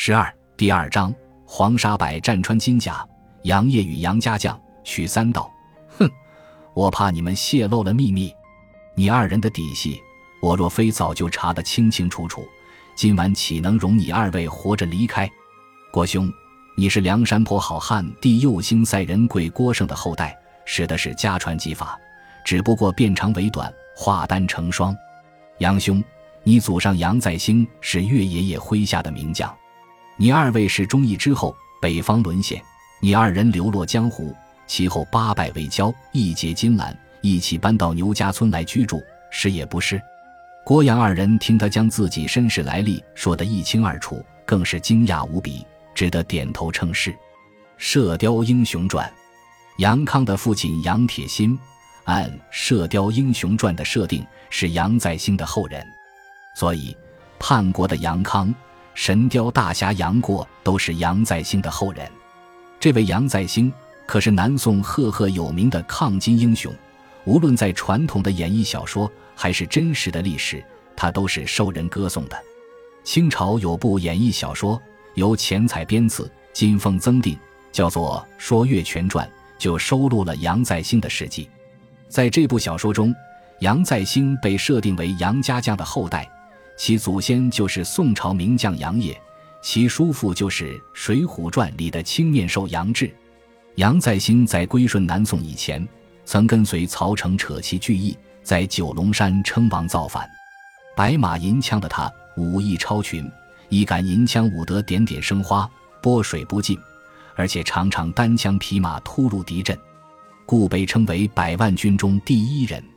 第2章，黄沙柏战穿金甲，杨业与杨家将许三道：哼，我怕你们泄露了秘密，你2人的底细，我若非早就查得清清楚楚，今晚岂能容你2位活着离开？郭兄，你是梁山泊好汉帝右星赛人贵郭胜的后代，使的是家传技法，只不过变长为短，化单成双。杨兄，你祖上杨再兴是岳爷爷麾下的名将，你2位是忠义之后，北方沦陷，你2人流落江湖，其后8拜为交，一结金兰，一起搬到牛家村来居住，是也不是？郭杨2人听他将自己身世来历说得一清二楚，更是惊讶无比，只得点头称是。射雕英雄传，杨康的父亲杨铁心按射雕英雄传的设定是杨再兴的后人，所以叛国的杨康、神雕大侠杨过都是杨再兴的后人。这位杨再兴可是南宋赫赫有名的抗金英雄，无论在传统的演义小说还是真实的历史，他都是受人歌颂的。清朝有部演义小说，由钱彩编次，金凤增订，叫做《说岳全传》，就收录了杨再兴的事迹。在这部小说中，杨再兴被设定为杨家将的后代，其祖先就是宋朝名将杨业，其叔父就是《水浒传》里的青面兽杨志。杨再兴在归顺南宋以前，曾跟随曹成扯旗聚义，在九龙山称王造反。白马银枪的他武艺超群，一杆银枪舞得点点生花，波水不进，而且常常单枪匹马突入敌阵，故被称为100万军中第1人。